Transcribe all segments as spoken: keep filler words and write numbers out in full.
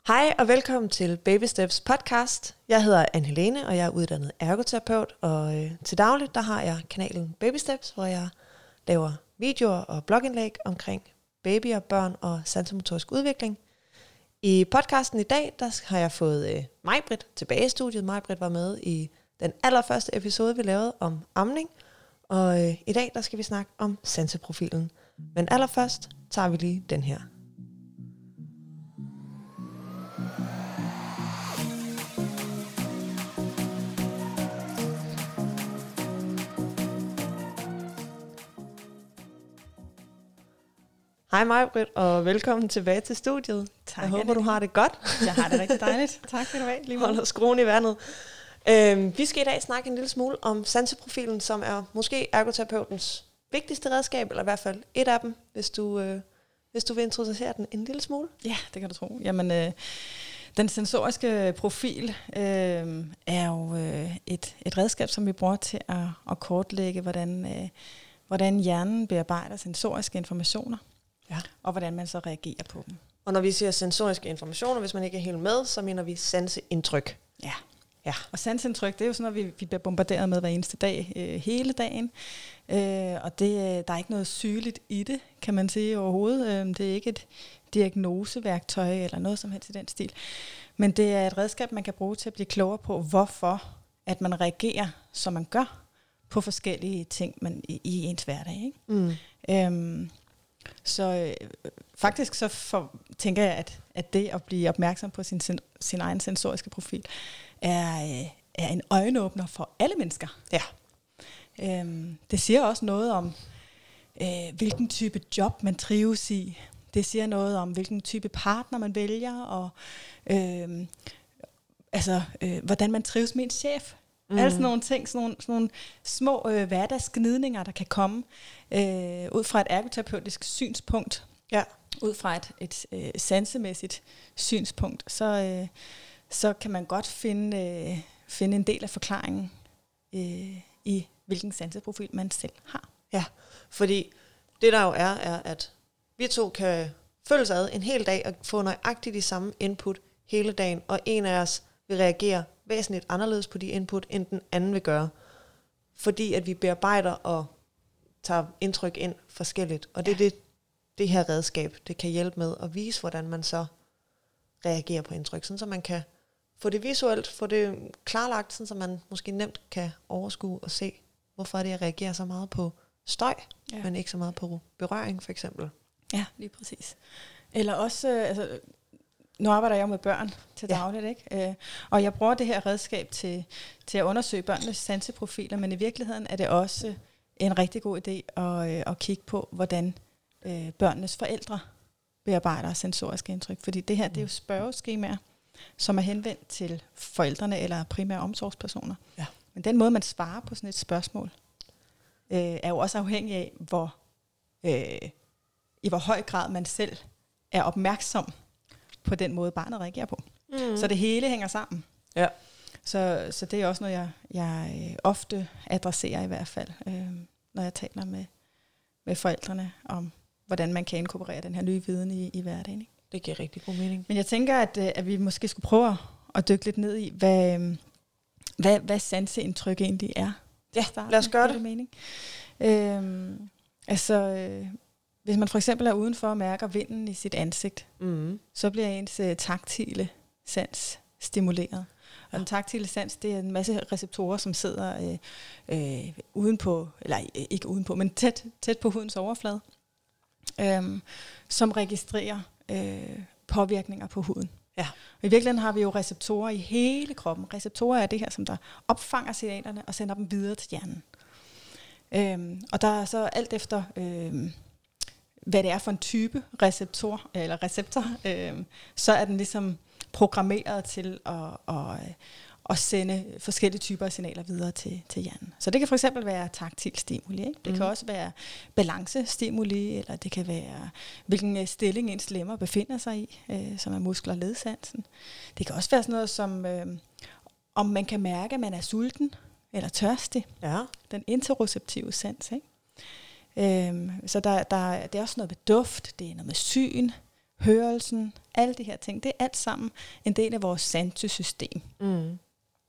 Hej og velkommen til Baby Steps podcast. Jeg hedder Anne-Helene, og jeg er uddannet ergoterapeut, og øh, til dagligt der har jeg kanalen Baby Steps, hvor jeg laver videoer og blogindlæg omkring babyer, børn og sansemotorisk udvikling. I podcasten i dag, der har jeg fået øh, Maj-Britt tilbage i studiet. Maj-Britt var med i den allerførste episode, vi lavede om amning, og øh, i dag der skal vi snakke om sanseprofilen. Men allerførst tager vi lige den her. Hej Maj-Britt, og velkommen tilbage til studiet. Tak, jeg håber, du har det godt. Jeg har det rigtig dejligt. Tak for det. Lige Holder skruen i vandet. Øhm, vi skal i dag snakke en lille smule om sanseprofilen, som er måske ergoterapeutens vigtigste redskab, eller i hvert fald et af dem, hvis du, øh, hvis du vil introducere den en lille smule. Ja, det kan du tro. Jamen, øh, den sensoriske profil øh, er jo øh, et, et redskab, som vi bruger til at, at kortlægge, hvordan, øh, hvordan hjernen bearbejder sensoriske informationer. Ja. Og hvordan man så reagerer på dem. Og når vi siger sensoriske informationer, hvis man ikke er helt med, så mener vi sanseindtryk. Ja. Ja. Og sanseindtryk, det er jo sådan noget, vi, vi bliver bombarderet med hver eneste dag, øh, hele dagen. Øh, og det, der er ikke noget sygeligt i det, kan man sige overhovedet. Øh, det er ikke et diagnoseværktøj eller noget som helst i den stil. Men det er et redskab, man kan bruge til at blive klogere på, hvorfor at man reagerer, som man gør, på forskellige ting man, i, i ens hverdag. Ikke? Mm. Øhm, Så øh, faktisk så for, tænker jeg, at, at det at blive opmærksom på sin, sin, sin egen sensoriske profil er, øh, er en øjenåbner for alle mennesker. Ja. Øhm, det siger også noget om, øh, hvilken type job man trives i. Det siger noget om, hvilken type partner man vælger, og øh, altså, øh, hvordan man trives med en chef. Mm. Alle sådan nogle ting, sådan nogle, sådan nogle små øh, hverdagsgnidninger, der kan komme øh, ud fra et ergoterapeutisk synspunkt, ja. Ud fra et, et øh, sansemæssigt synspunkt, så, øh, så kan man godt finde, øh, finde en del af forklaringen øh, i, hvilken sanseprofil man selv har. Ja, fordi det der jo er, er, at vi to kan følges ad en hel dag og få nøjagtigt de samme input hele dagen, og en af os vil reagere væsentligt anderledes på de input, end den anden vil gøre. Fordi at vi bearbejder og tager indtryk ind forskelligt. Og det er det, det her redskab, det kan hjælpe med at vise, hvordan man så reagerer på indtryk. Sådan så man kan få det visuelt, få det klarlagt, sådan så man måske nemt kan overskue og se, hvorfor det, jeg reagerer så meget på støj, ja. Men ikke så meget på berøring for eksempel. Ja, lige præcis. Eller også, øh, altså, nu arbejder jeg med børn til dagligt, ja. Ikke? Øh, og jeg bruger det her redskab til, til at undersøge børnenes sanseprofiler, men i virkeligheden er det også en rigtig god idé at, øh, at kigge på, hvordan øh, børnenes forældre bearbejder sensoriske indtryk. Fordi det her, det er jo spørgeskemaer, som er henvendt til forældrene eller primære omsorgspersoner. Ja. Men den måde, man svarer på sådan et spørgsmål, øh, er jo også afhængig af, hvor, øh, i hvor høj grad man selv er opmærksom på den måde, barnet reagerer på. Mm. Så det hele hænger sammen. Ja. Så, så det er også noget, jeg, jeg ofte adresserer i hvert fald, øh, når jeg taler med, med forældrene om, hvordan man kan inkorporere den her nye viden i, i hverdagen. Ikke? Det giver rigtig god mening. Men jeg tænker, at, at vi måske skulle prøve at dykke lidt ned i, hvad, hvad, hvad sanseindtryk egentlig er. Ja, lad os gøre det. det mening. Øh, altså... Øh, Hvis man for eksempel er udenfor og mærker vinden i sit ansigt, mm. så bliver ens uh, taktile sans stimuleret. Og ja. Den taktile sans, det er en masse receptorer, som sidder øh, øh, udenpå, eller ikke udenpå, men tæt, tæt på hudens overflade, øh, som registrerer øh, påvirkninger på huden. Ja. Og i virkeligheden har vi jo receptorer i hele kroppen. Receptorer er det her, som der opfanger signalerne og sender dem videre til hjernen. Øh, og der er så alt efter... Øh, hvad det er for en type receptor, eller receptor, øh, så er den ligesom programmeret til at, at, at sende forskellige typer af signaler videre til, til hjernen. Så det kan for eksempel være taktil stimuli, ikke? Det mm. kan også være balancestimuli, eller det kan være, hvilken stilling ens lemmer befinder sig i, øh, som er muskler- og ledsansen. Det kan også være sådan noget som, øh, om man kan mærke, at man er sulten eller tørstig. Ja. Den interoceptive sans, ikke? Øhm, så der, der, det er også noget med duft, det er noget med syn, hørelsen, alle de her ting, det er alt sammen en del af vores sansesystem. Mm.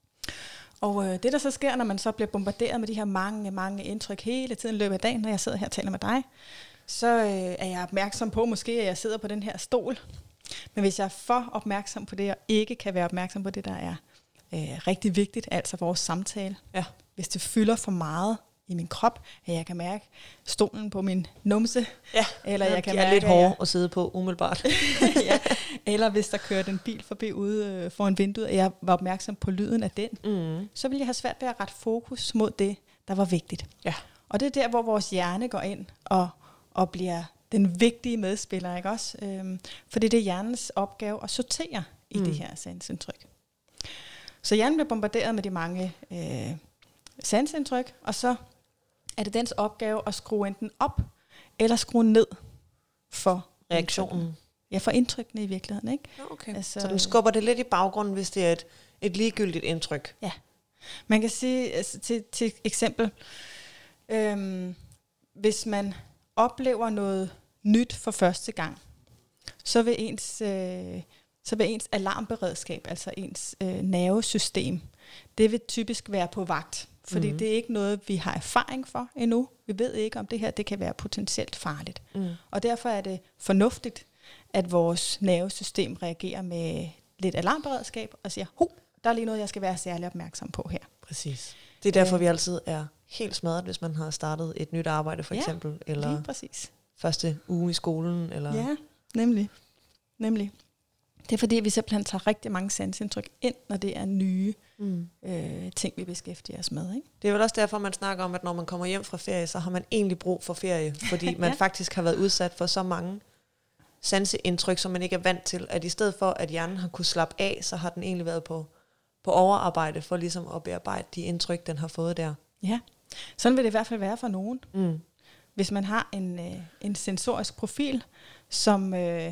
Og øh, det, der så sker, når man så bliver bombarderet med de her mange, mange indtryk hele tiden i løbet af dagen, når jeg sidder her og taler med dig, så øh, er jeg opmærksom på, måske at jeg sidder på den her stol. Men hvis jeg er for opmærksom på det, og ikke kan være opmærksom på det, der er øh, rigtig vigtigt, altså vores samtale. Ja. Hvis det fylder for meget i min krop, at jeg kan mærke stolen på min numse, ja, eller jeg kan mærke, er lidt hård jeg... at sidde på umiddelbart. ja. Eller hvis der kørte en bil forbi ude øh, foran vinduet, og jeg var opmærksom på lyden af den, mm. så ville jeg have svært ved at rette fokus mod det, der var vigtigt. Ja. Og det er der, hvor vores hjerne går ind og, og bliver den vigtige medspiller, ikke også? Øhm, fordi det er hjernens opgave at sortere i mm. det her sansindtryk. Så hjernen bliver bombarderet med de mange øh, sansindtryk, og så er det dens opgave at skrue enten op eller skrue ned for reaktionen. Ja, for indtrykkene i virkeligheden, ikke? Okay. Altså, så den skubber det lidt i baggrunden, hvis det er et, et ligegyldigt indtryk. Ja. Man kan sige, altså, til, til eksempel, øhm, hvis man oplever noget nyt for første gang, så vil ens, øh, så vil ens alarmberedskab, altså ens øh, nervesystem, det vil typisk være på vagt. Fordi mm. det er ikke noget, vi har erfaring for endnu. Vi ved ikke, om det her det kan være potentielt farligt. Mm. Og derfor er det fornuftigt, at vores nervesystem reagerer med lidt alarmberedskab og siger, hu, der er lige noget, jeg skal være særlig opmærksom på her. Præcis. Det er derfor, øh. vi altid er helt smadret, hvis man har startet et nyt arbejde, for ja, eksempel. Eller lige præcis. Første uge i skolen. Eller ja, nemlig. nemlig. Det er fordi, vi simpelthen tager rigtig mange sansindtryk ind, når det er nye mm. øh, ting, vi beskæftiger os med. Ikke? Det er vel også derfor, man snakker om, at når man kommer hjem fra ferie, så har man egentlig brug for ferie. Fordi man ja. faktisk har været udsat for så mange sanseindtryk, som man ikke er vant til. At i stedet for, at hjernen har kunne slappe af, så har den egentlig været på, på overarbejde for ligesom at bearbejde de indtryk, den har fået der. Ja, sådan vil det i hvert fald være for nogen. Mm. Hvis man har en, øh, en sensorisk profil, som... Øh,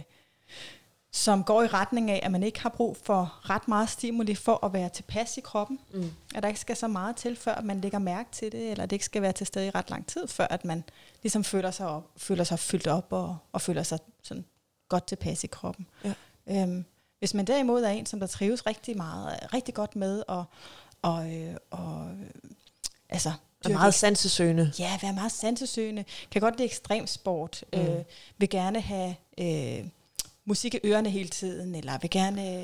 som går i retning af, at man ikke har brug for ret meget stimuli for at være tilpas i kroppen. Mm. At der ikke skal så meget til, før man lægger mærke til det, eller det ikke skal være til stede i ret lang tid, før at man ligesom føler sig, op, føler sig fyldt op og, og føler sig sådan godt tilpas i kroppen. Ja. Øhm, hvis man derimod er en, som der trives rigtig meget, rigtig godt med, og, og, øh, og altså... Er meget sansesøgende. Ja, være meget sansesøgende. Kan godt lide ekstremsport. Mm. Øh, vil gerne have... Øh, musik i ørerne hele tiden, eller vil gerne,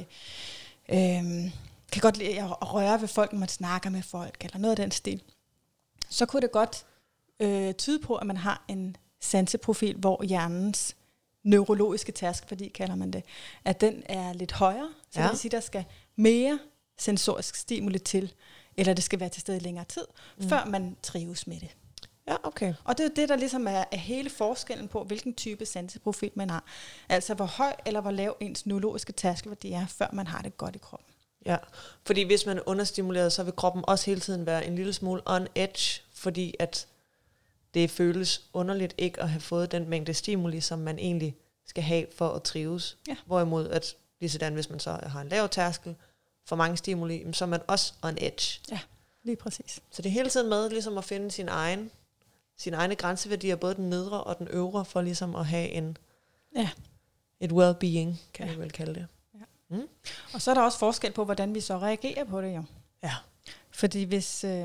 øh, kan godt lide at røre ved folk, når man snakker med folk, eller noget af den stil. Så kunne det godt øh, tyde på, at man har en sanseprofil, hvor hjernens neurologiske tærskelværdi, kalder man det, at den er lidt højere, så ja. det vil sige, der skal mere sensorisk stimuli til, eller det skal være til stede i længere tid, mm. før man trives med det. Ja, okay. Og det er det, der ligesom er, er hele forskellen på, hvilken type sanseprofil man har. Altså, hvor høj eller hvor lav ens neurologiske tærskelværdi er, før man har det godt i kroppen. Ja, fordi hvis man er understimuleret, så vil kroppen også hele tiden være en lille smule on edge, fordi at det føles underligt ikke at have fået den mængde stimuli, som man egentlig skal have for at trives. Ja. Hvorimod, at lige sådan, hvis man så har en lav tærskel, for mange stimuli, så er man også on edge. Ja, lige præcis. Så det er hele tiden med ligesom at finde sin egen sine egne grænseværdier, både den nedre og den øvre, for ligesom at have en ja. et well-being, kan ja. vi vel kalde det. Ja. Mm. Og så er der også forskel på, hvordan vi så reagerer på det jo. Ja. Fordi hvis, øh,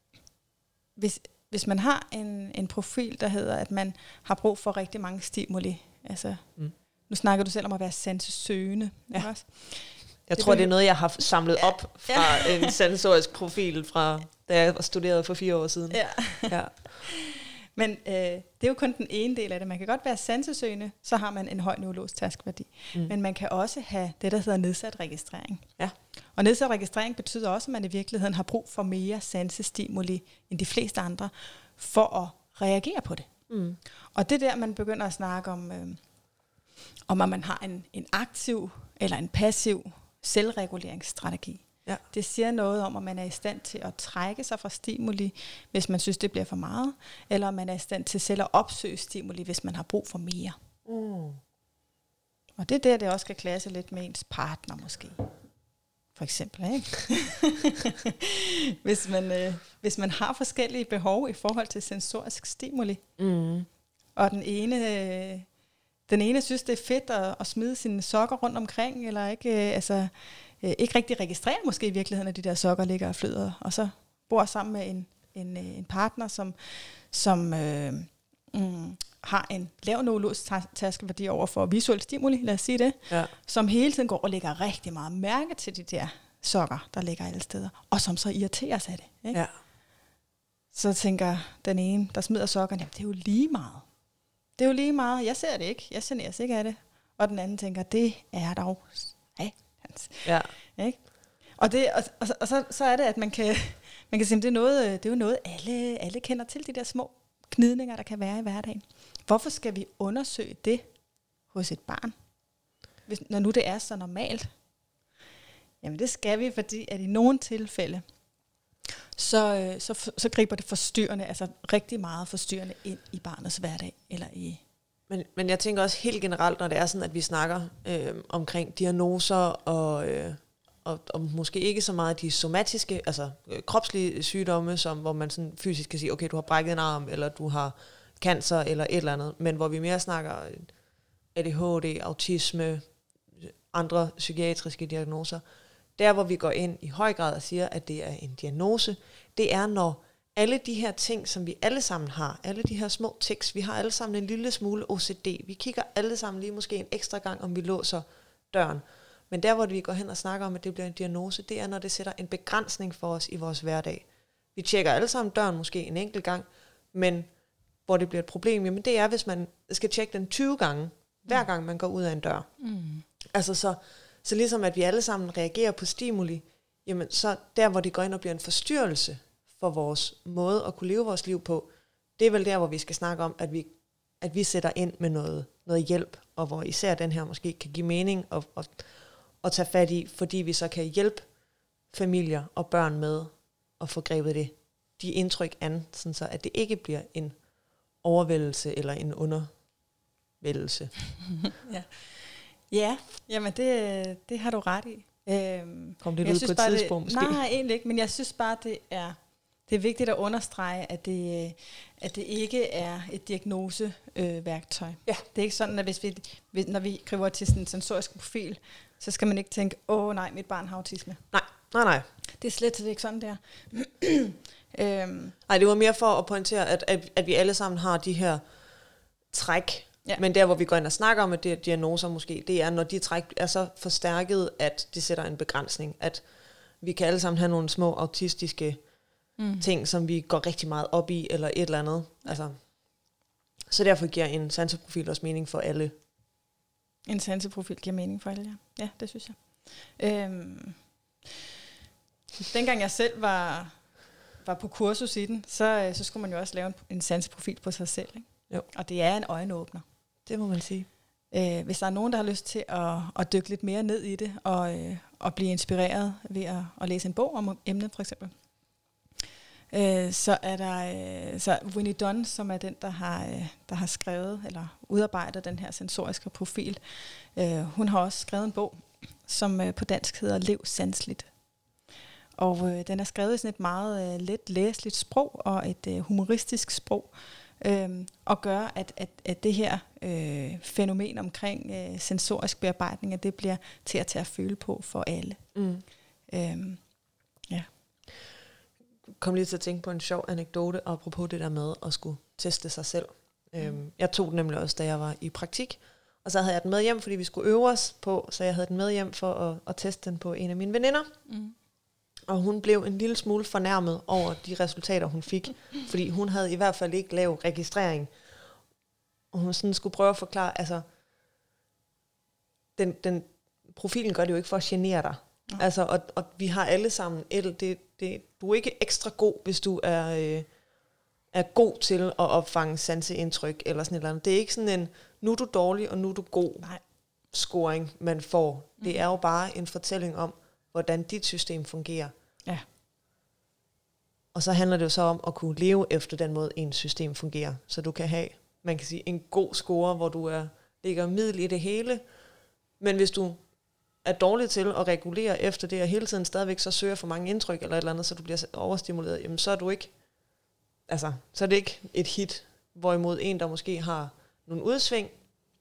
hvis, hvis man har en, en profil, der hedder, at man har brug for rigtig mange stimuli, altså, mm. nu snakker du selv om at være sansesøgende. Ja. Også? Jeg det tror, det er noget, jeg har samlet ja. op fra ja. en sensorisk profil, fra da jeg studerede for fire år siden. Ja. ja. Men øh, det er jo kun den ene del af det. Man kan godt være sansesøgende, så har man en høj neurologisk tærskelværdi. Mm. Men man kan også have det, der hedder nedsat registrering. Ja. Og nedsat registrering betyder også, at man i virkeligheden har brug for mere sansestimuli end de fleste andre, for at reagere på det. Mm. Og det er der, man begynder at snakke om, øh, om at man har en, en aktiv eller en passiv selvreguleringsstrategi. Ja. Det siger noget om, at man er i stand til at trække sig fra stimuli, hvis man synes, det bliver for meget, eller om man er i stand til selv at opsøge stimuli, hvis man har brug for mere. Mm. Og det er der, det også skal klasse lidt med ens partner måske. For eksempel, ikke? hvis, man, øh, hvis man har forskellige behov i forhold til sensorisk stimuli, mm. og den ene... Øh, den ene synes, det er fedt at, at smide sine sokker rundt omkring, eller ikke, øh, altså, øh, ikke rigtig registrere måske i virkeligheden, at de der sokker ligger og flyder, og så bor sammen med en, en, en partner, som, som øh, mm, har en lav neurologisk tærskelværdi over for visuel stimuli, lad os sige det, ja. Som hele tiden går og lægger rigtig meget mærke til de der sokker, der ligger alle steder, og som så irriterer sig af det. Ikke? Ja. Så tænker den ene, der smider sokkerne, jamen det er jo lige meget. Det er jo lige meget, jeg ser det ikke, jeg generes ikke af det. Og den anden tænker, det er dog satans. Ja. Ikke? Og, det, og, og, og så, så er det, at man kan, man kan sige, det er, noget, det er jo noget, alle, alle kender til, de der små gnidninger, der kan være i hverdagen. Hvorfor skal vi undersøge det hos et barn, hvis, når nu det er så normalt? Jamen det skal vi, fordi at i nogle tilfælde, så, så, så griber det forstyrrende, altså rigtig meget forstyrrende ind i barnets hverdag. Eller i men, men jeg tænker også helt generelt, når det er sådan, at vi snakker øh, omkring diagnoser, og, øh, og, og måske ikke så meget de somatiske, altså øh, kropslige sygdomme, som, hvor man sådan fysisk kan sige, okay, du har brækket en arm, eller du har cancer, eller et eller andet, men hvor vi mere snakker A D H D, autisme, andre psykiatriske diagnoser. Der, hvor vi går ind i høj grad og siger, at det er en diagnose, det er, når alle de her ting, som vi alle sammen har, alle de her små tics, vi har alle sammen en lille smule O C D, vi kigger alle sammen lige måske en ekstra gang, om vi låser døren. Men der, hvor vi går hen og snakker om, at det bliver en diagnose, det er, når det sætter en begrænsning for os i vores hverdag. Vi tjekker alle sammen døren måske en enkelt gang, men hvor det bliver et problem, jamen det er, hvis man skal tjekke den tyve gange, hver gang man går ud af en dør. Mm. Altså så... Så ligesom at vi alle sammen reagerer på stimuli, jamen så der, hvor det går ind og bliver en forstyrrelse for vores måde at kunne leve vores liv på, det er vel der, hvor vi skal snakke om, at vi, at vi sætter ind med noget, noget hjælp, og hvor især den her måske kan give mening og, og, og tage fat i, fordi vi så kan hjælpe familier og børn med at få grebet det, de indtryk an, sådan så at det ikke bliver en overvældelse eller en undervældelse. Ja. Ja, jamen det, det har du ret i. Øhm, Kom det ud på et tidspunkt det, måske? Nej, egentlig ikke, men jeg synes bare, det er, det er vigtigt at understrege, at det, at det ikke er et diagnoseværktøj. Øh, ja. Det er ikke sådan, at hvis vi, hvis, når vi griber til sådan en sensorisk profil, så skal man ikke tænke, åh nej, mit barn har autisme. Nej, nej, nej. Det er slet ikke sådan, der. øhm. Nej, det var mere for at pointere, at, at, at vi alle sammen har de her træk. Ja. Men der, hvor vi går ind og snakker om, at det er diagnoser måske, det er, når de træk er så forstærket, at det sætter en begrænsning. At vi kan alle sammen have nogle små autistiske mm. ting, som vi går rigtig meget op i, eller et eller andet. Ja. Altså, så derfor giver en sanseprofil også mening for alle. En sanseprofil giver mening for alle, ja. Ja, det synes jeg. Øhm, dengang jeg selv var, var på kursus i den, så, så skulle man jo også lave en, en sanseprofil på sig selv, ikke? Jo. Og det er en øjenåbner. Det må man sige. Øh, hvis der er nogen, der har lyst til at, at dykke lidt mere ned i det, og, øh, og blive inspireret ved at, at læse en bog om emnet, for eksempel, øh, så er der øh, så Winnie Dunn, som er den, der har, øh, der har skrevet eller udarbejdet den her sensoriske profil. Øh, hun har også skrevet en bog, som øh, på dansk hedder Lev sanseligt. Og øh, den er skrevet i sådan et meget øh, let læseligt sprog og et øh, humoristisk sprog, Øhm, og gør, at, at, at det her øh, fænomen omkring øh, sensorisk bearbejdning, at det bliver til at tage at føle på for alle. Mm. Øhm, ja. Kom lige til at tænke på en sjov anekdote, apropos det der med at skulle teste sig selv. Mm. Øhm, jeg tog den nemlig også, da jeg var i praktik, og så havde jeg den med hjem, fordi vi skulle øve os på, så jeg havde den med hjem for at, at teste den på en af mine veninder. Mm. Og hun blev en lille smule fornærmet over de resultater, hun fik. Fordi hun havde i hvert fald ikke lavet registrering. Og hun sådan skulle prøve at forklare, altså, den, den profilen gør det jo ikke for at genere dig. Ja. Altså, og, og vi har alle sammen, el, det, det, du er ikke ekstra god, hvis du er, øh, er god til at opfange sanseindtryk, eller sådan et eller andet. Det er ikke sådan en, nu er du dårlig, og nu er du god. Nej. Scoring, man får. Mm. Det er jo bare en fortælling om, hvordan dit system fungerer. Ja. Og så handler det jo så om at kunne leve efter den måde, ens system fungerer. Så du kan have, man kan sige, en god score, hvor du er, ligger middel i det hele. Men hvis du er dårlig til at regulere efter det, og hele tiden stadigvæk så søger for mange indtryk, eller et eller andet, så du bliver overstimuleret, jamen så er du ikke, altså, så er det ikke et hit. Hvorimod en, der måske har nogle udsving,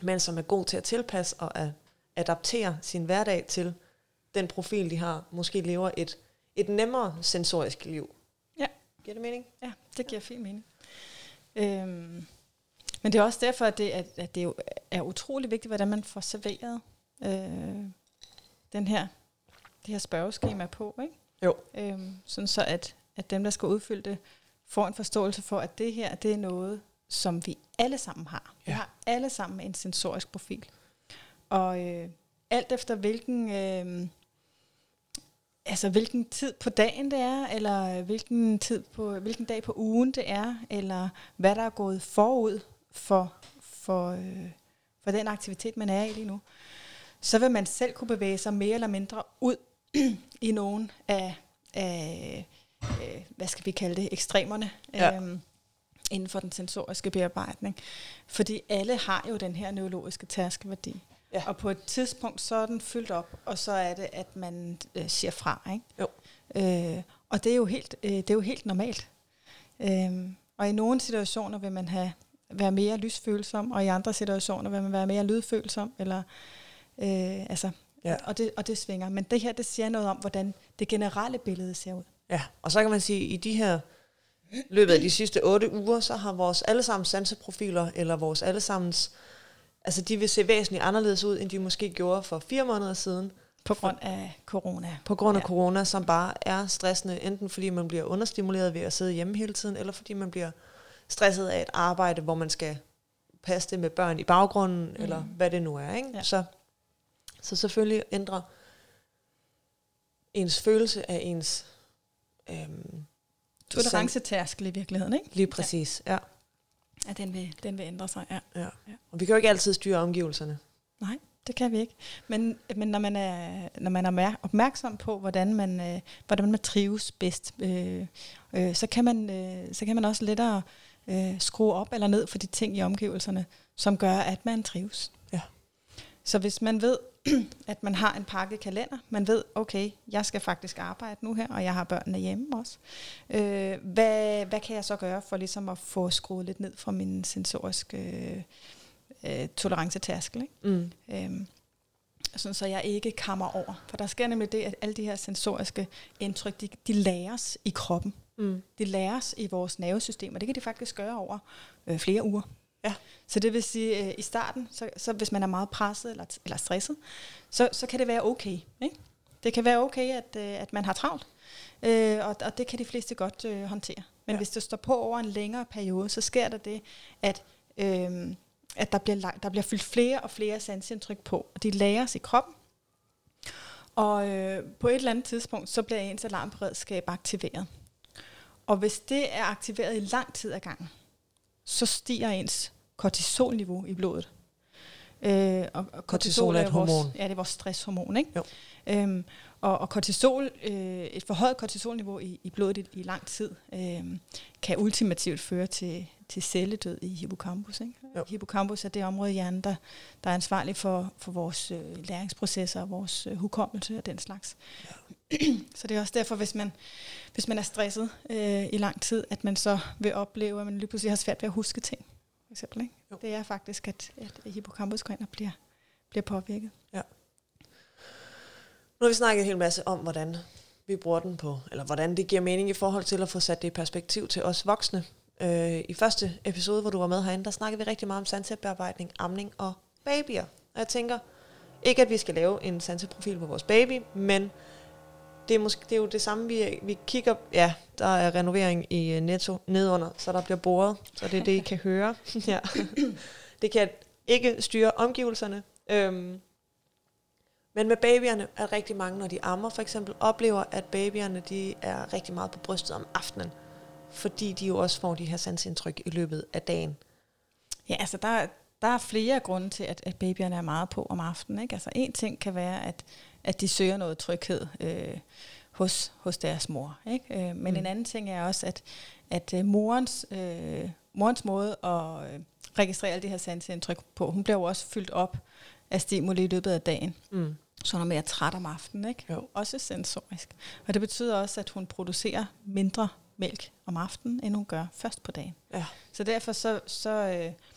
men som er god til at tilpasse og at adaptere sin hverdag til den profil, de har. Måske lever et, et nemmere sensorisk liv. Ja. Giver det mening? Ja, det giver fin mening. Øhm, men det er også derfor, at det, at, at det jo er utrolig vigtigt, hvordan man får serveret øh, den her, det her spørgeskema på, ikke? Jo. Øhm, sådan så, at, at dem, der skal udfylde det, får en forståelse for, at det her, det er noget, som vi alle sammen har. Vi Ja. har alle sammen en sensorisk profil. Og øh, alt efter hvilken, øh, altså hvilken tid på dagen det er, eller hvilken tid på hvilken dag på ugen det er, eller hvad der er gået forud for for øh, for den aktivitet man er i lige nu, så vil man selv kunne bevæge sig mere eller mindre ud i nogle af, af øh, hvad skal vi kalde det, ekstremerne. Ja. Øh, inden for den sensoriske bearbejdning. Fordi alle har jo den her neurologiske tærskelværdi. Ja. Og på et tidspunkt, så er den fyldt op, og så er det, at man øh, siger fra. Ikke? Jo. Øh, og det er jo helt, øh, det er jo helt normalt. Øh, og i nogle situationer vil man have, være mere lysfølsom, og i andre situationer vil man være mere lydfølsom. Eller, øh, altså, Ja. og, det, og det svinger. Men det her, det siger noget om, hvordan det generelle billede ser ud. Ja, og så kan man sige, at i de her løbet af de sidste otte uger, så har vores allesammens sanseprofiler, eller vores allesammens, altså de vil se væsentligt anderledes ud, end de måske gjorde for fire måneder siden. På grund af corona. På grund af Ja. corona, som bare er stressende, enten fordi man bliver understimuleret ved at sidde hjemme hele tiden, eller fordi man bliver stresset af et arbejde, hvor man skal passe det med børn i baggrunden, mm. eller hvad det nu er. Ikke? Ja. Så, så selvfølgelig ændrer ens følelse af ens øhm, Tolerancetærskel i virkeligheden, ikke? lige præcis, ja. Ja, den vil, den vil ændre sig, ja. ja. Ja. Og vi kan jo ikke altid styre omgivelserne. Nej, det kan vi ikke. Men, men når man er, når man er opmærksom på, hvordan man, øh, hvordan man trives bedst, øh, øh, så, kan man, øh, så kan man også lettere øh, skrue op eller ned for de ting i omgivelserne, som gør, at man trives. Ja. Så hvis man ved, at man har en pakket kalender, man ved, okay, jeg skal faktisk arbejde nu her, og jeg har børnene hjemme også. Øh, hvad, hvad kan jeg så gøre for ligesom at få skruet lidt ned fra min sensoriske øh, øh, tolerancetærskel, ikke? Mm. Øhm, sådan så jeg ikke kammer over. For der sker nemlig det, at alle de her sensoriske indtryk, de, de læres i kroppen. Mm. De læres i vores nervesystem, og det kan de faktisk gøre over øh, flere uger. Ja. Så det vil sige, at øh, i starten, så, så hvis man er meget presset eller, eller stresset, så, så kan det være okay. Ikke? Det kan være okay, at, øh, at man har travlt, øh, og, og det kan de fleste godt øh, håndtere. Men ja. Hvis det står på over en længere periode, så sker der det, at, øh, at der, bliver, der bliver fyldt flere og flere sansindtryk på, og de læres i kroppen. Og øh, på et eller andet tidspunkt, så bliver ens alarmberedskab aktiveret. Og hvis det er aktiveret i lang tid ad gangen, så stiger ens kortisolniveau i blodet. Øh, og, og Kortisol er et vores, hormon. Ja, det er vores stresshormon, ikke? Jo. Øhm, og, og kortisol, øh, et forhøjet kortisolniveau i, i blodet i, i lang tid, øh, kan ultimativt føre til, til celledød i hippocampus. Ikke? Hippocampus er det område i hjernen, der, der er ansvarlig for, for vores øh, læringsprocesser og vores øh, hukommelse og den slags. Ja. Så det er også derfor, hvis man, hvis man er stresset øh, i lang tid, at man så vil opleve, at man lige pludselig har svært ved at huske ting. For eksempel, ikke? Det er faktisk, at, at hippocampus går ind og bliver, bliver påvirket. Ja. Nu har vi snakket en hel masse om, hvordan vi bruger den på, eller hvordan det giver mening i forhold til at få sat det i perspektiv til os voksne. Øh, I første episode, hvor du var med herinde, der snakkede vi rigtig meget om sansebearbejdning, amning og babyer. Og jeg tænker, ikke at vi skal lave en sanseprofil på vores baby, men det er, måske, det er jo det samme, vi, vi kigger. Ja, der er renovering i Netto nedunder, så der bliver boret, så det er det, I kan høre. Ja. Det kan ikke styre omgivelserne. Øhm, Men med babyerne er rigtig mange, når de ammer for eksempel, oplever, at babyerne de er rigtig meget på brystet om aftenen, fordi de jo også får de her sansindtryk i løbet af dagen. Ja, altså der, der er flere grunde til, at, at babyerne er meget på om aftenen. Ikke? Altså en ting kan være, at, at de søger noget tryghed øh, hos, hos deres mor. Ikke? Øh, men mm. en anden ting er også, at, at uh, morens, øh, morens måde at øh, registrere alle de her sansindtryk på, hun bliver jo også fyldt op af stimuli i løbet af dagen. Mm. Så hun er mere træt om aftenen, ikke? Jo. Også sensorisk. Og det betyder også, at hun producerer mindre mælk om aftenen, end hun gør først på dagen. Ja. Så derfor så, så, øh,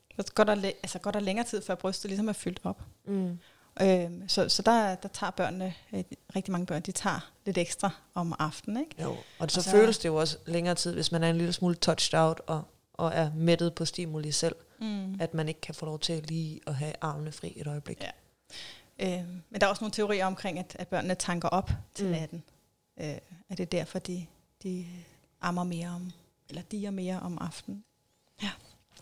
Så går der, altså går der længere tid, før brystet ligesom er fyldt op. Mm. Øhm, så så der, der tager børnene, øh, rigtig mange børn, de tager lidt ekstra om aftenen, ikke? Jo, og så, og så føles det jo også længere tid, hvis man er en lille smule touched out, og, og er mættet på stimuli selv, mm. at man ikke kan få lov til lige at have armene fri et øjeblik. Ja. Øhm, men der er også nogle teorier omkring, at, at børnene tanker op til mm. natten. Øh, at det er derfor, de, de ammer mere om, eller dier mere om aftenen. Ja.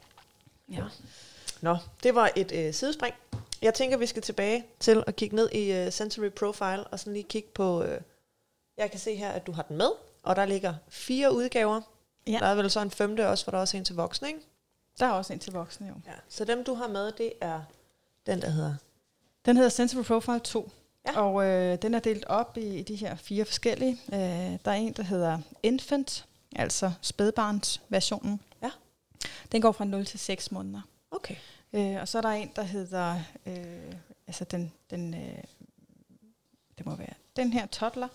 Ja. Nå, det var et øh, sidespring. Jeg tænker, vi skal tilbage til at kigge ned i uh, Sensory Profile, og sådan lige kigge på, øh, jeg kan se her, at du har den med, og der ligger fire udgaver. Ja. Der er vel så en femte også, for der er også en til voksne, ikke? Der er også en til voksne, jo. Ja. Så dem, du har med, det er den, der hedder? Den hedder Sensory Profile to, ja. og øh, den er delt op i, i de her fire forskellige. Øh, der er en, der hedder Infant, altså spædbarnsversionen. Ja. Den går fra nul til seks måneder. Okay. Øh, og så er der en, der hedder, øh, altså den, den, øh, det må være den her toddler,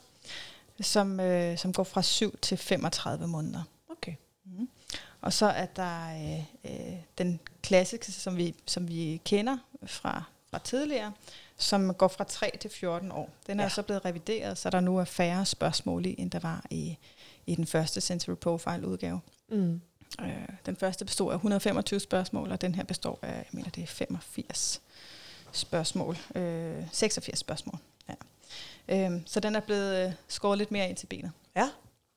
som, øh, som går fra syv til femogtredive måneder. Okay. Mm. Og så er der øh, øh, den klassiske, som vi, som vi kender fra, fra tidligere, som går fra tre til fjorten år. Den er ja. så blevet revideret, så der nu er færre spørgsmål i, end der var i, i den første Sensory Profile udgave. Mm. Øh, den første består af et hundrede og femogtyve spørgsmål, og den her består af, jeg mener, det er femogfirs spørgsmål. Øh, seksogfirs spørgsmål. Ja. Øh, så den er blevet øh, skåret lidt mere ind til benet. Ja.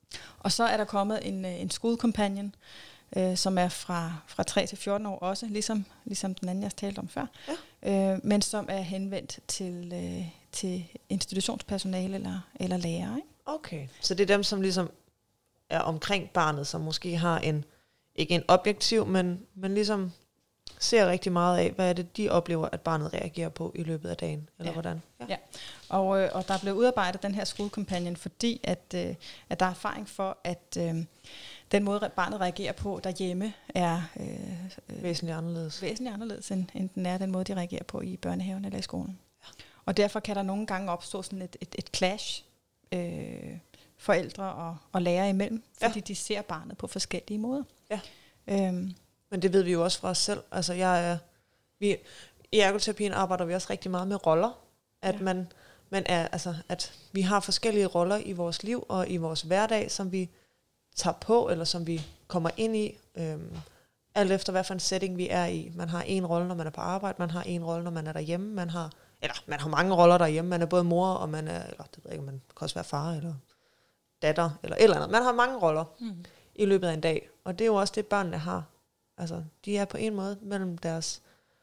Og så er der kommet en, en School Companion, øh, som er fra, fra tre til fjorten år også, ligesom, ligesom den anden, jeg talte om før. Ja. Øh, men som er henvendt til, øh, til institutionspersonale eller, eller lærere. Ikke? Okay, så det er dem, som ligesom er omkring barnet, som måske har en, ikke en objektiv, men, men ligesom ser rigtig meget af, hvad er det, de oplever, at barnet reagerer på i løbet af dagen, eller ja. hvordan? Ja, ja. Og, øh, og der er blevet udarbejdet den her School Companion, fordi at, øh, at der er erfaring for, at øh, den måde, barnet reagerer på derhjemme, er øh, væsentligt anderledes, væsentligt anderledes end, end den er den måde, de reagerer på i børnehaven eller i skolen. Ja. Og derfor kan der nogle gange opstå sådan et, et, et clash, øh, forældre og, og lærere imellem, fordi ja. de ser barnet på forskellige måder. Ja. Øhm. Men det ved vi jo også fra os selv. Altså jeg er, vi, i ergoterapien arbejder vi også rigtig meget med roller. At ja. man, man er, altså, at vi har forskellige roller i vores liv og i vores hverdag, som vi tager på, eller som vi kommer ind i. Øhm, alt efter hvad for en setting vi er i. Man har en rolle, når man er på arbejde, man har en rolle, når man er derhjemme. Man har, eller man har mange roller derhjemme. Man er både mor, og man er, eller det ved jeg ikke, man kan også være far, eller datter, eller et eller andet. Man har mange roller mm. i løbet af en dag. Og det er jo også det, børnene har. Altså, de er på en måde mellem deres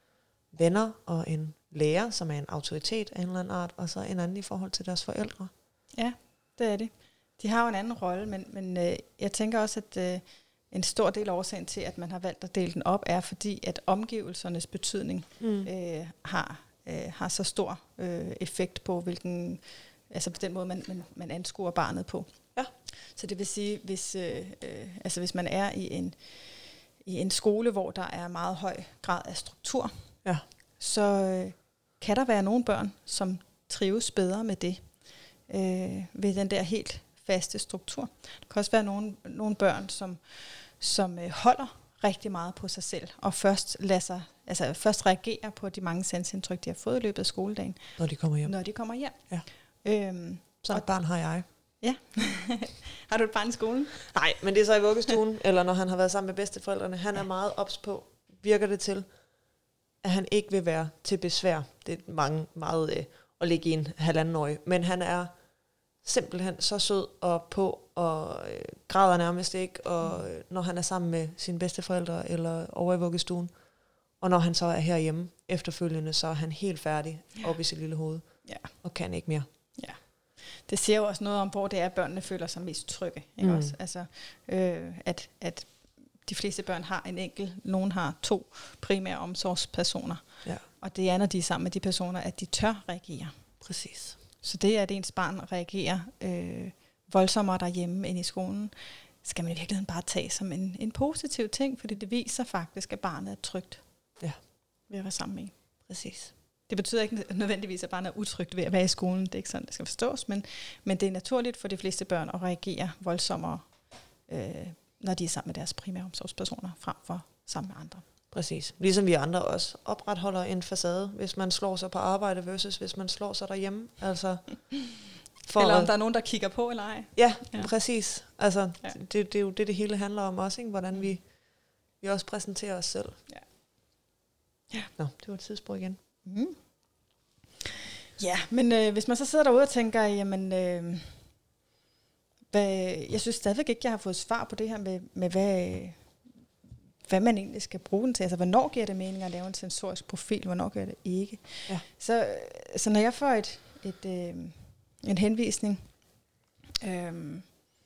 venner og en lærer, som er en autoritet af en eller anden art, og så en anden i forhold til deres forældre. Ja, det er det. De har jo en anden rolle, men, men øh, jeg tænker også, at øh, en stor del af årsagen til, at man har valgt at dele den op, er fordi, at omgivelsernes betydning mm. øh, har, øh, har så stor øh, effekt på, hvilken, altså på den måde, man, man, man anskuer barnet på. Ja. Så det vil sige, hvis, øh, øh, altså hvis man er i en i en skole, hvor der er meget høj grad af struktur, ja. så øh, kan der være nogle børn, som trives bedre med det, øh, ved den der helt faste struktur. Der kan også være nogle, nogle børn, som, som øh, holder rigtig meget på sig selv, og først lader sig, altså først reagerer på de mange sansindtryk, de har fået i løbet af skoledagen. Når de kommer hjem. Når de kommer hjem. Ja. Øhm, Sådan et barn har jeg. Ja. Har du et barn i skolen? Nej, men det er så i vuggestuen, eller når han har været sammen med bedsteforældrene. Han er meget ops på, virker det til, at han ikke vil være til besvær. Det er mange, meget øh, at ligge i en halvandenårig. Men han er simpelthen så sød og på, og øh, græder nærmest ikke, og øh, når han er sammen med sine bedsteforældre, eller over i vuggestuen. Og når han så er herhjemme efterfølgende, så er han helt færdig ja. op i sit lille hoved, ja. og kan ikke mere. Ja. Det siger jo også noget om, hvor det er, at børnene føler sig mest trygge. Ikke mm. også? Altså, øh, at, at de fleste børn har en enkelt, nogen har to primære omsorgspersoner. Ja. Og det er, når de er sammen med de personer, at de tør reagere. Præcis. Så det, at ens barn reagerer øh, voldsommere derhjemme end i skolen, skal man i virkeligheden bare tage som en, en positiv ting, fordi det viser faktisk, at barnet er trygt ja. ved at være sammen med en. Præcis. Det betyder ikke nødvendigvis, at barnet er utrygt ved at være i skolen. Det er ikke sådan, det skal forstås. Men, men det er naturligt for de fleste børn at reagere voldsommere, øh, når de er sammen med deres primære omsorgspersoner, frem for sammen med andre. Præcis. Ligesom vi andre også opretholder en facade, hvis man slår sig på arbejde versus hvis man slår sig derhjemme. Altså, for eller om at, der er nogen, der kigger på eller ej. Ja, ja. præcis. Altså, ja. det, det er jo det, det hele handler om også, ikke? Hvordan vi, vi også præsenterer os selv. Ja. Ja. Nå, det var et tidsspur igen. Mm. Ja, men øh, hvis man så sidder derude og tænker, jamen, øh, hvad, jeg synes stadigvæk ikke, jeg har fået svar på det her med, med hvad, hvad man egentlig skal bruge den til. Altså, hvornår giver det mening at lave en sensorisk profil, hvornår gør det ikke. Ja. Så, så når jeg får et, et, øh, en henvisning øh,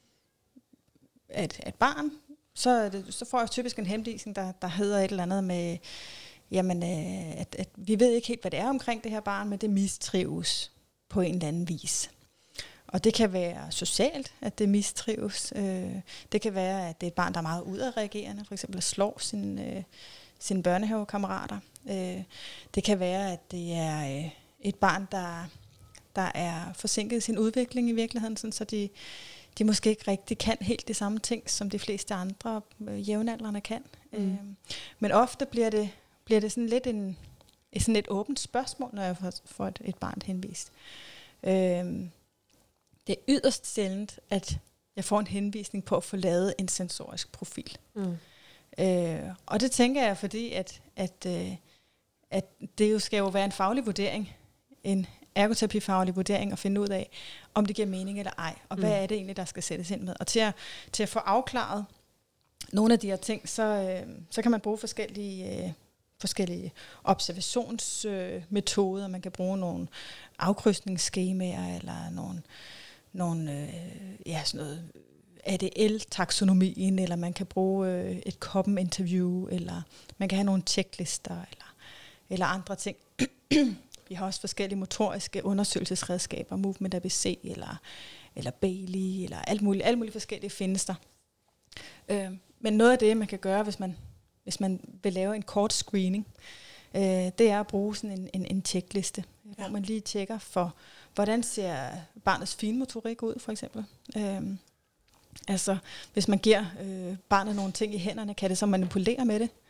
af et, et barn, så, er det, så får jeg typisk en henvisning, der, der hedder et eller andet med, jamen, øh, at, at vi ved ikke helt, hvad det er omkring det her barn, men det mistrives på en eller anden vis. Og det kan være socialt, at det mistrives. Øh, det kan være, at det er et barn, der er meget udadreagerende, for eksempel slår sine, øh, sine børnehavekammerater. Øh, det kan være, at det er øh, et barn, der, der er forsinket i sin udvikling i virkeligheden, sådan, så de, de måske ikke rigtig kan helt de samme ting, som de fleste andre øh, jævnaldrende kan. Mm. Øh, men ofte bliver det bliver det sådan lidt en, sådan et åbent spørgsmål, når jeg får et, et barn henvist. Øhm, det er yderst sjældent, at jeg får en henvisning på at få lavet en sensorisk profil. Mm. Øh, og det tænker jeg, fordi at, at, øh, at det jo skal jo være en faglig vurdering, en ergoterapifaglig vurdering, at finde ud af, om det giver mening eller ej, og mm. hvad er det egentlig, der skal sættes ind med. Og til at, til at få afklaret nogle af de her ting, så, øh, så kan man bruge forskellige... Øh, forskellige observationsmetoder. Øh, man kan bruge nogle afkrydsningsskemaer, eller nogle, nogle øh, ja, sådan noget A D L-taksonomien, eller man kan bruge øh, et Koppen-interview, eller man kan have nogle checklister, eller, eller andre ting. Vi har også forskellige motoriske undersøgelsesredskaber, Movement A B C, eller, eller Bailey, eller alt muligt, alt muligt forskellige findes der. Øh, men noget af det, man kan gøre, hvis man hvis man vil lave en kort screening, øh, det er at bruge sådan en, en, en checkliste, ja. Hvor man lige tjekker for, hvordan ser barnets finmotorik ud, for eksempel. Øh, altså, hvis man giver øh, barnet nogle ting i hænderne, kan det så manipulere med det?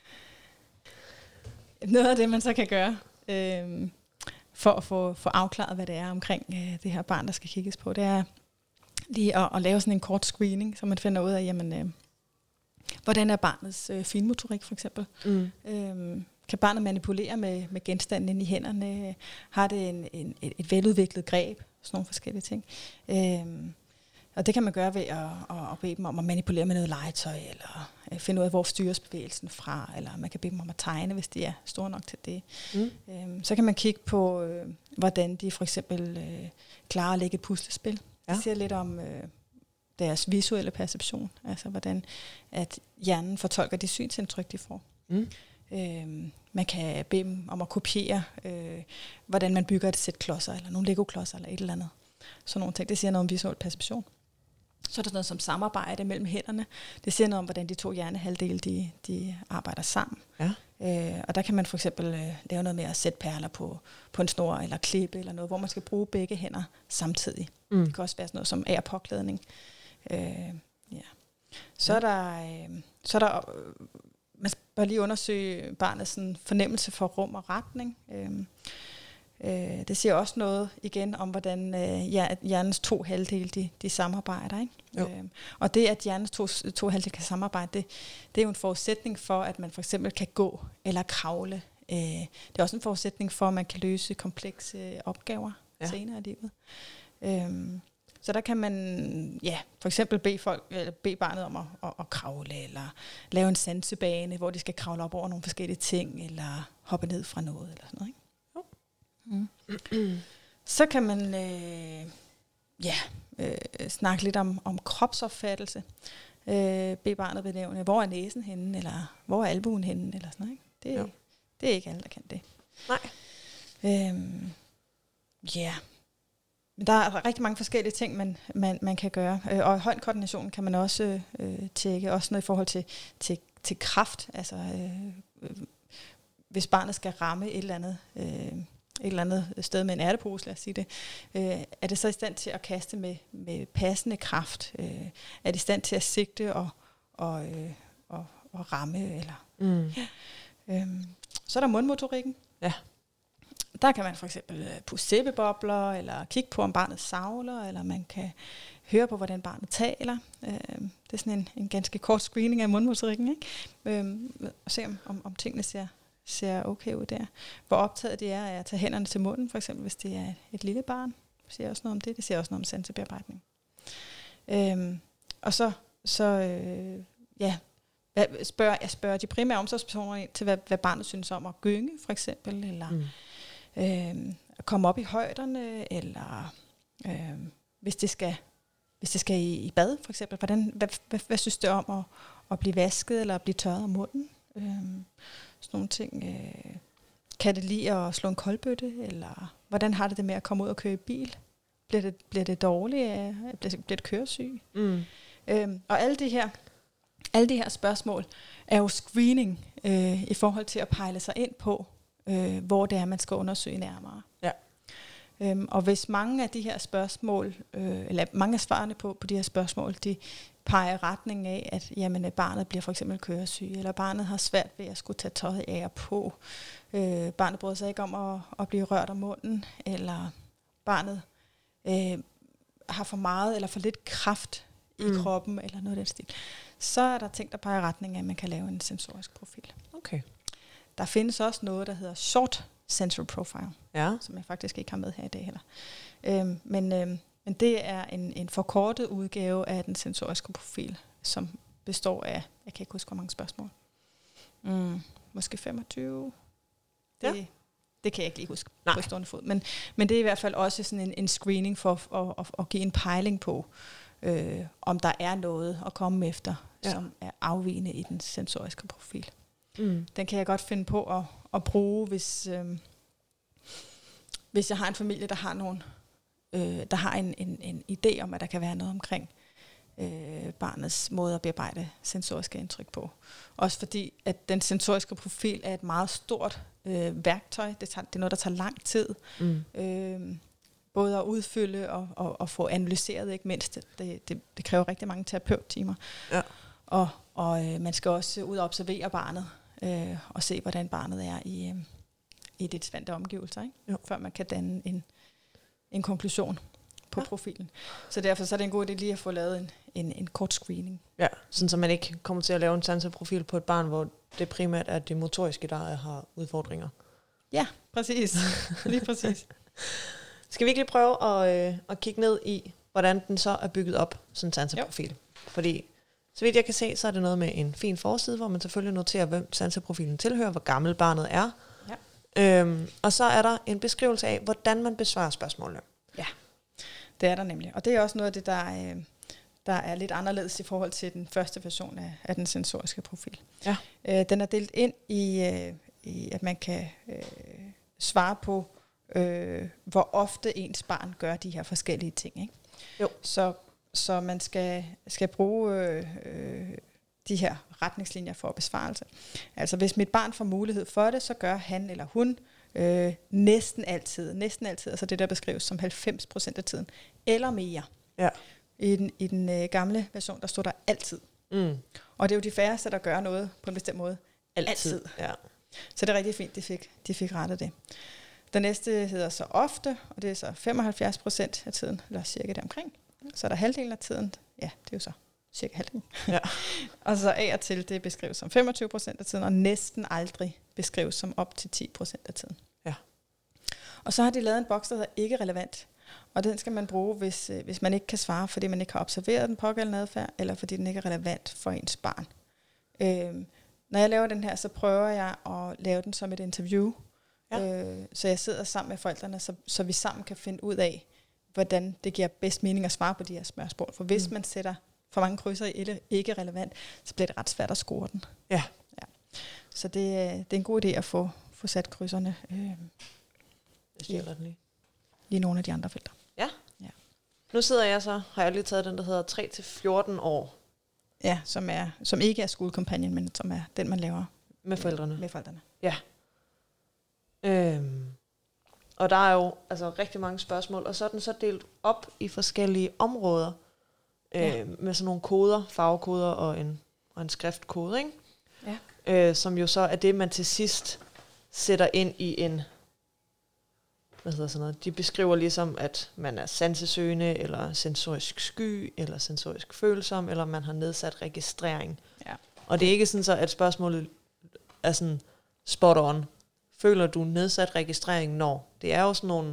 Noget af det, man så kan gøre, øh, for at få, få afklaret, hvad det er omkring øh, det her barn, der skal kigges på, det er lige at, at lave sådan en kort screening, så man finder ud af, jamen... Øh, hvordan er barnets øh, finmotorik, for eksempel? Mm. Øhm, kan barnet manipulere med, med genstanden inde i hænderne? Har det en, en, et veludviklet greb? Sådan nogle forskellige ting. Øhm, og det kan man gøre ved at, at, at bede dem om at manipulere med noget legetøj, eller øh, finde ud af, hvor styres bevægelsen fra, eller man kan bede dem om at tegne, hvis de er store nok til det. Mm. Øhm, så kan man kigge på, øh, hvordan de for eksempel øh, klarer at lægge et puslespil. Ja. Det siger lidt om... Øh, deres visuelle perception, altså hvordan at hjernen fortolker de synsindtryk, de får. Mm. Øhm, man kan bede dem om at kopiere, øh, hvordan man bygger et sæt klodser, eller nogle Lego-klodser, eller et eller andet. Sådan nogle ting. Det siger noget om visuel perception. Så er der noget som samarbejde mellem hænderne. Det siger noget om, hvordan de to hjernehalvdele, de, de arbejder sammen. Ja. Øh, og der kan man for eksempel øh, lave noget med at sætte perler på, på en snor, eller klippe, eller noget, hvor man skal bruge begge hænder samtidig. Mm. Det kan også være sådan noget som af- og påklædning. Øh, ja. Så er der, øh, så er der øh, man skal bare lige undersøge barnets sådan, fornemmelse for rum og retning. Øh, øh, det siger også noget igen om, hvordan øh, hjernens to halvdele de, de samarbejder. Ikke? Øh, og det, at hjernens to, to halvdele kan samarbejde, det, det er jo en forudsætning for, at man for eksempel kan gå eller kravle. Øh, det er også en forudsætning for, at man kan løse komplekse opgaver ja. senere i livet. Øh, Så der kan man ja, for eksempel bede, folk, eller bede barnet om at, at, at kravle, eller lave en sansebane, hvor de skal kravle op over nogle forskellige ting, eller hoppe ned fra noget, eller sådan noget. Ikke? Jo. Mm. Så kan man øh, ja, øh, snakke lidt om, om kropsopfattelse. Øh, bede barnet benævne, hvor er næsen henne, eller hvor er albuen henne, eller sådan noget. Ikke? Det, det er ikke alle, der kan det. Nej. Øhm, ja. Der er rigtig mange forskellige ting, man, man, man kan gøre. Og håndkoordinationen kan man også øh, tjekke, også noget i forhold til, til, til kraft. Altså, øh, hvis barnet skal ramme et eller andet, øh, et eller andet sted med en ærtepose, lad os sige det, øh, er det så i stand til at kaste med, med passende kraft? Øh, er det i stand til at sigte og, og, øh, og, og ramme? Eller, mm. ja. Øhm, så er der mundmotorikken. Ja. Der kan man for eksempel pusse sæbebobler, eller kigge på, om barnet savler, eller man kan høre på, hvordan barnet taler. Øhm, det er sådan en, en ganske kort screening af mundmotorikken, ikke? Øhm, og se, om, om, om tingene ser, ser okay ud der. Hvor optaget det er af at tage hænderne til munden, for eksempel hvis det er et lille barn. Det siger også noget om det. Det siger også noget om sansebearbejdning. Øhm, og så, så øh, ja, hvad, spørger, jeg spørger de primære omsorgspersoner ind til, hvad, hvad barnet synes om at gynge, for eksempel, eller mm. øh, komme op i højderne, eller øh, hvis det skal, hvis det skal i, i bad, for eksempel, hvordan, hvad, hvad, hvad synes det om at, at blive vasket, eller at blive tørret om munden? Øh, sådan nogle ting. Øh, kan det lide at slå en koldbøtte, eller hvordan har det det med at komme ud og køre i bil? Bliver det, bliver det dårligt? Bliver det, bliver det køresyg? Mm. Øhm, og alle de her alle de her spørgsmål er jo screening øh, i forhold til at pejle sig ind på, øh, hvor det er, man skal undersøge nærmere. Ja. Øhm, og hvis mange af de her spørgsmål, øh, eller mange af svarene på, på de her spørgsmål, de peger i retning af, at jamen, barnet bliver for eksempel køresyg, eller barnet har svært ved at skulle tage tøjet af og på, øh, barnet bryder sig ikke om at, at blive rørt om munden, eller barnet øh, har for meget eller for lidt kraft i mm. kroppen, eller noget af den stil, så er der ting, der peger i retning af, at man kan lave en sensorisk profil. Okay. Der findes også noget, der hedder Short Sensory Profile, ja. som jeg faktisk ikke har med her i dag heller. Øhm, men, øhm, men det er en, en forkortet udgave af den sensoriske profil, som består af, jeg kan ikke huske, hvor mange spørgsmål. Mm, måske femogtyve. Det, ja. det kan jeg ikke lige huske Nej. på stående fod. Men, men det er i hvert fald også sådan en, en screening for at, at, at give en pejling på, øh, om der er noget at komme efter, ja. som er afvigende i den sensoriske profil. Mm. Den kan jeg godt finde på at, at bruge, hvis, øh, hvis jeg har en familie, der har nogen, øh, der har en, en, en idé om, at der kan være noget omkring øh, barnets måde at bearbejde sensoriske indtryk på. Også fordi, at den sensoriske profil er et meget stort øh, værktøj. Det, tager, det er noget, der tager lang tid. Mm. Øh, både at udfylde og, og, og få analyseret, ikke mindst. Det, det, det kræver rigtig mange terapeuttimer. Ja. Og, og øh, man skal også ud og observere barnet, øh, og se, hvordan barnet er i, øh, i det vante omgivelser, ikke? Før man kan danne en, en konklusion på ja. profilen. Så derfor så er det en god idé lige at få lavet en, en, en kort screening. Ja, sådan så man ikke kommer til at lave en sanseprofil på et barn, hvor det primært er det motoriske, der har udfordringer. Ja, præcis. Lige præcis. Skal vi ikke lige prøve at, øh, at kigge ned i, hvordan den så er bygget op, sådan en sanseprofil? Fordi så vidt jeg kan se, så er det noget med en fin forside, hvor man selvfølgelig noterer, hvem sanseprofilen tilhører, hvor gammel barnet er. Ja. Øhm, og så er der en beskrivelse af, hvordan man besvarer spørgsmålene. Ja, det er der nemlig. Og det er også noget af det, der, øh, der er lidt anderledes i forhold til den første version af, af den sensoriske profil. Ja. Øh, den er delt ind i, øh, i at man kan øh, svare på, øh, hvor ofte ens barn gør de her forskellige ting. Ikke? Jo. Så Så man skal, skal bruge øh, de her retningslinjer for besvarelse. Altså hvis mit barn får mulighed for det, så gør han eller hun øh, næsten altid, næsten altid, altså det der beskrives som halvfems procent af tiden, eller mere. Ja. I den, i den øh, gamle version, der står der altid. Mm. Og det er jo de færreste, der gør noget på en bestemt måde. Altid. altid. Ja. Så det er rigtig fint, de fik, de fik rettet det. Den næste hedder så ofte, og det er så femoghalvfjerds procent af tiden, eller cirka deromkring. Så er der halvdelen af tiden, ja, det er jo så cirka halvdelen. Ja. Og så af og til, det beskrives som femogtyve procent af tiden, og næsten aldrig beskrives som op til ti procent af tiden. Ja. Og så har de lavet en boks, der hedder ikke relevant, og den skal man bruge, hvis, hvis man ikke kan svare, fordi man ikke har observeret den pågældende adfærd, eller fordi den ikke er relevant for ens barn. Øhm, når jeg laver den her, så prøver jeg at lave den som et interview, ja. øh, så jeg sidder sammen med forældrene, så, så vi sammen kan finde ud af, hvordan det giver bedst mening at svare på de her spørgsmål. For hvis mm. man sætter for mange krydser i ikke relevant, så bliver det ret svært at score den. Ja. ja. Så det, det er en god idé at få, få sat krydserne øh, i, i nogle af de andre felter. Ja. ja. Nu sidder jeg så, har jeg lige taget den, der hedder tre til fjorten år. Ja, som, er, som ikke er school companion, men som er den, man laver med forældrene. Med forældrene. Ja. Øhm. Og der er jo altså rigtig mange spørgsmål, og så er den så delt op i forskellige områder, øh, ja. med sådan nogle koder, farvekoder og en, og en skriftkode, ikke? øh, som jo så er det, man til sidst sætter ind i en, hvad hedder sådan noget, de beskriver ligesom, at man er sansesøgende, eller sensorisk sky, eller sensorisk følsom, eller man har nedsat registrering. Ja. Og det er ikke sådan så, at spørgsmålet er sådan spot on. Føler du nedsat registrering når? Det er jo sådan nogle,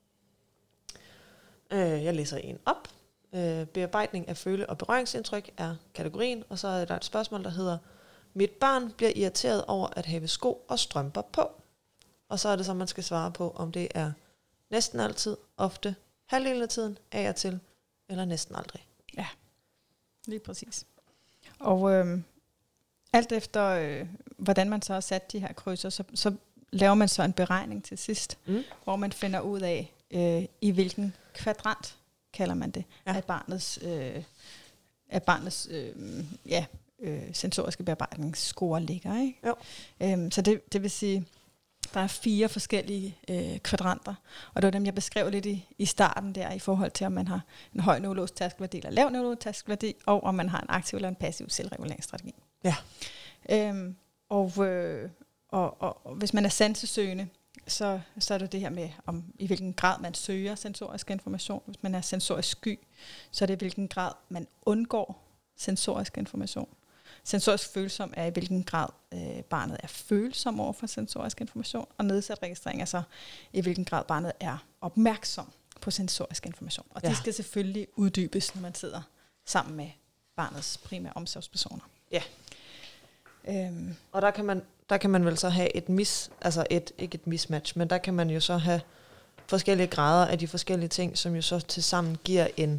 øh, jeg læser en op, øh, bearbejdning af føle- og berøringsindtryk er kategorien, og så er der et spørgsmål, der hedder, mit barn bliver irriteret over at have sko og strømper på. Og så er det så, man skal svare på, om det er næsten altid, ofte, halvdelen af tiden, af og til, eller næsten aldrig. Ja, lige præcis. Og øh, alt efter, øh, hvordan man så har sat de her krydser, så, så laver man så en beregning til sidst, mm. hvor man finder ud af, øh, i hvilken kvadrant, kalder man det, ja. af barnets, øh, af barnets øh, ja, øh, sensoriske bearbejdningsscore ligger. Ikke? Jo. Øhm, så det, det vil sige, der er fire forskellige øh, kvadranter, og det var dem, jeg beskrev lidt i, i starten der, i forhold til, om man har en høj neurologisk tærskelværdi eller lav neurologisk tærskelværdi, og om man har en aktiv eller en passiv selvreguleringsstrategi. Ja. Øhm, og, øh, og, og, og hvis man er sansesøgende, så, så er det det her med, om i hvilken grad man søger sensorisk information. Hvis man er sensorisk sky, så er det i hvilken grad man undgår sensorisk information. Sensorisk følsom er i hvilken grad øh, barnet er følsom over for sensorisk information, og nedsat registrering er så i hvilken grad barnet er opmærksom på sensorisk information. Og ja. det skal selvfølgelig uddybes, når man sidder sammen med barnets primære omsorgspersoner. Ja. Øhm. Og der kan man der kan man vel så have et mis, altså et ikke et mismatch, men der kan man jo så have forskellige grader af de forskellige ting, som jo så tilsammen giver en,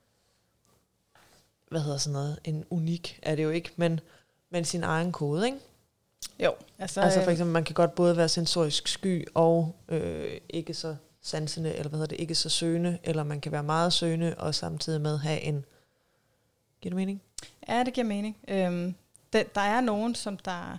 hvad hedder sådan noget, en unik er det jo ikke, men, men sin egen kode, ikke? Jo. Altså, altså for eksempel, man kan godt både være sensorisk sky og øh, ikke så sansende, eller hvad hedder det, ikke så søgende, eller man kan være meget søgende og samtidig med have en, giver det mening? Ja, det giver mening. Øhm, det, der er nogen, som der,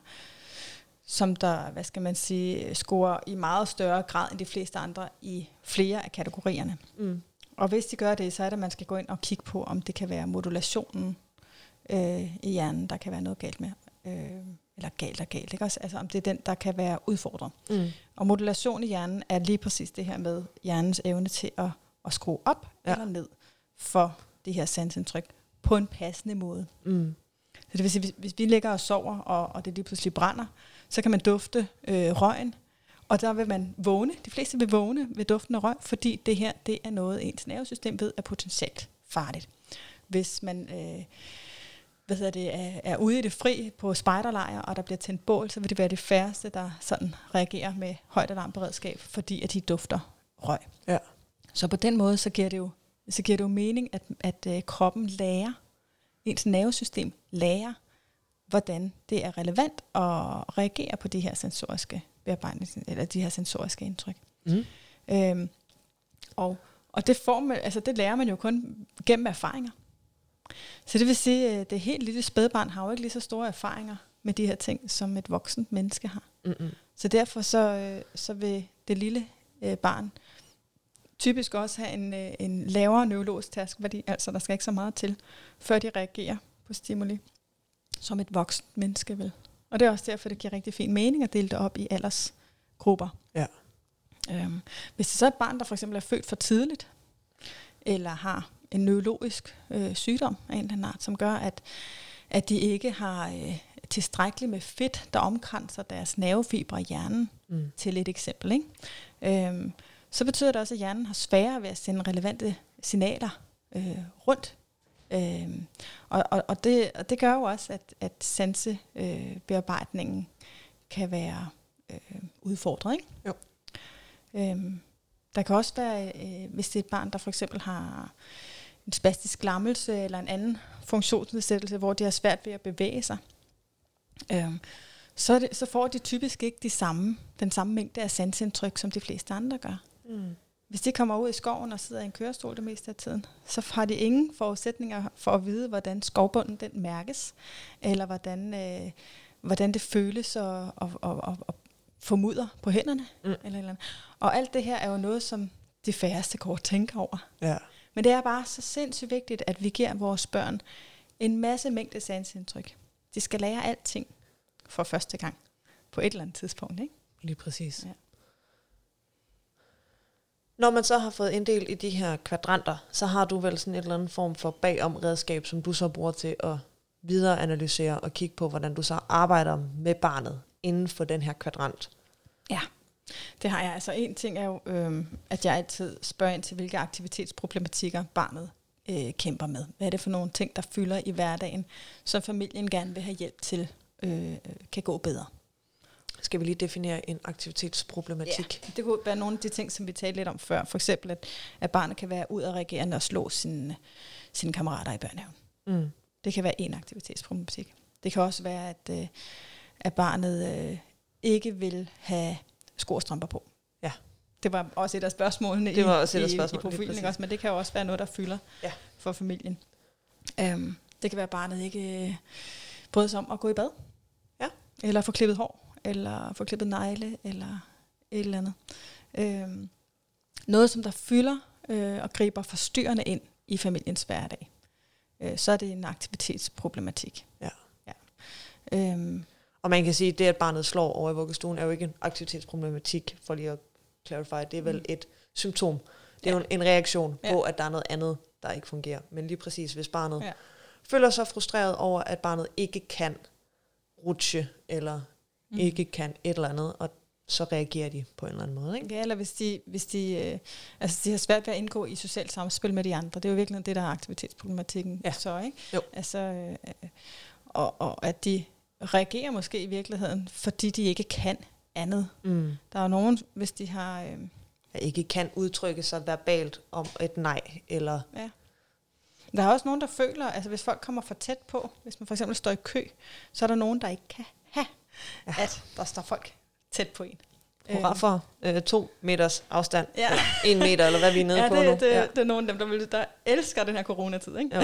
som der, hvad skal man sige, scorer i meget større grad end de fleste andre i flere af kategorierne. Mm. Og hvis de gør det, så er det, at man skal gå ind og kigge på, om det kan være modulationen øh, i hjernen, der kan være noget galt med. Øh, eller galt og galt, ikke også? Altså om det er den, der kan være udfordret. Mm. Og modulation i hjernen er lige præcis det her med hjernens evne til at, at skrue op ja. eller ned for det her sansindtryk på en passende måde. Mm. Så det vil sige, hvis, hvis vi ligger og sover, og, og det lige pludselig brænder, så kan man dufte øh, røgen, og der vil man vågne. De fleste vil vågne ved duften af røg, fordi det her, det er noget, ens nervesystem ved er potentielt farligt. Hvis man øh, hvad hedder det, er, er ude i det fri på spejderlejr, og der bliver tændt bål, så vil det være det færreste, der sådan reagerer med højt alarmberedskab, fordi at de dufter røg. Ja. Så på den måde, så giver det jo, så giver det jo mening, at, at øh, kroppen lærer, ens nervesystem lærer, hvordan det er relevant at reagere på de her sensoriske bearbejdning, eller de her sensoriske indtryk. Mm. Øhm, og og det, får man, altså det lærer man jo kun gennem erfaringer. Så det vil sige, at det helt lille spædbarn har jo ikke lige så store erfaringer med de her ting, som et voksent menneske har. Mm-mm. Så derfor så, så vil det lille øh, barn typisk også have en, øh, en lavere neurologisk tærskelværdi, altså der skal ikke så meget til, før de reagerer på stimuli, som et voksent menneske vil. Og det er også derfor, det giver rigtig fin mening at dele det op i aldersgrupper. Ja. Øhm, hvis det så er et barn, der for eksempel er født for tidligt, eller har en neurologisk øh, sygdom af en eller anden art, som gør, at, at de ikke har øh, tilstrækkeligt med fedt, der omkranser deres nervefibre i hjernen, mm. til et eksempel, ikke? Øhm, så betyder det også, at hjernen har sværere ved at sende relevante signaler øh, rundt. Øhm, og, og, og, det, og det gør jo også, at, at sansebearbejdningen øh, kan være øh, udfordret, ikke? Jo. Øhm, der kan også være, øh, hvis det er et barn, der for eksempel har en spastisk lammelse eller en anden funktionsnedsættelse, hvor de har svært ved at bevæge sig, øhm, så, det, så får de typisk ikke de samme, den samme mængde af sansindtryk, som de fleste andre gør. Mm. Hvis de kommer ud i skoven og sidder i en kørestol det meste af tiden, så har de ingen forudsætninger for at vide, hvordan skovbunden den mærkes, eller hvordan, øh, hvordan det føles og, og, og, og, og få mudder på hænderne. Mm. Eller, eller. Og alt det her er jo noget, som de færreste går tænker over. Ja. Men det er bare så sindssygt vigtigt, at vi giver vores børn en masse mængde sansindtryk. De skal lære alting. for første gang på et eller andet tidspunkt, ikke? Lige præcis. Ja. Når man så har fået inddelt i de her kvadranter, så har du vel sådan et eller andet form for bagom redskab, som du så bruger til at videre analysere og kigge på, hvordan du så arbejder med barnet inden for den her kvadrant. Ja, det har jeg. Altså en ting er jo, øh, at jeg altid spørger ind til, hvilke aktivitetsproblematikker barnet øh, kæmper med. Hvad er det for nogle ting, der fylder i hverdagen, som familien gerne vil have hjælp til, øh, kan gå bedre. Skal vi lige definere en aktivitetsproblematik? Ja, det kunne være nogle af de ting, som vi talte lidt om før. For eksempel, at, at barnet kan være udadreagerende og slå sine, sine kammerater i børnehaven. Mm. Det kan være en aktivitetsproblematik. Det kan også være, at, øh, at barnet øh, ikke vil have sko og strømper på. Ja. Det var også et af spørgsmålene det var også i, et af i, spørgsmål, i profilen, også, men det kan jo også være noget, der fylder ja. for familien. Um, det kan være, at barnet ikke øh, bryder sig om at gå i bad. Ja. Eller få klippet hår, eller få klippet negle, eller et eller andet. Um, noget, som der fylder øh, og griber forstyrrende ind i familiens hverdag. Øh, så er det en aktivitetsproblematik. Ja. Ja. Um, Og man kan sige, at det, at barnet slår over i vuggestuen, er jo ikke en aktivitetsproblematik, for lige at clarify. Det er vel mm. et symptom. Det er ja. jo en reaktion ja. på, at der er noget andet, der ikke fungerer. Men lige præcis, hvis barnet ja. føler sig frustreret over, at barnet ikke kan rutsche, eller mm. ikke kan et eller andet, og så reagerer de på en eller anden måde. Ikke? Ja, eller hvis de, hvis de, øh, altså de har svært ved at indgå i socialt samspil med de andre. Det er jo virkelig det, der er aktivitetsproblematikken. Ja. Så, ikke? Jo. Altså, øh, og, og at de reagerer måske i virkeligheden, fordi de ikke kan andet. Mm. Der er jo nogen, hvis de har... Øh, ikke kan udtrykke sig verbalt om et nej, eller... Ja. Der er også nogen, der føler, altså hvis folk kommer for tæt på, hvis man for eksempel står i kø, så er der nogen, der ikke kan have, ja. at der står folk tæt på en. Hurra for øh, to meters afstand, ja. eller en meter, eller hvad vi er nede ja, på det, nu. Det, ja, det er nogle af dem, der, vil, der elsker den her coronatid, ikke?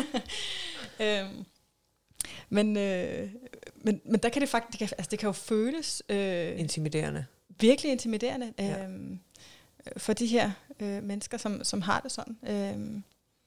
øhm, men, øh, men, men der kan det faktisk, det kan, altså det kan jo føles... Øh, intimiderende. Virkelig intimiderende øh, ja. for de her øh, mennesker, som, som har det sådan. Øh,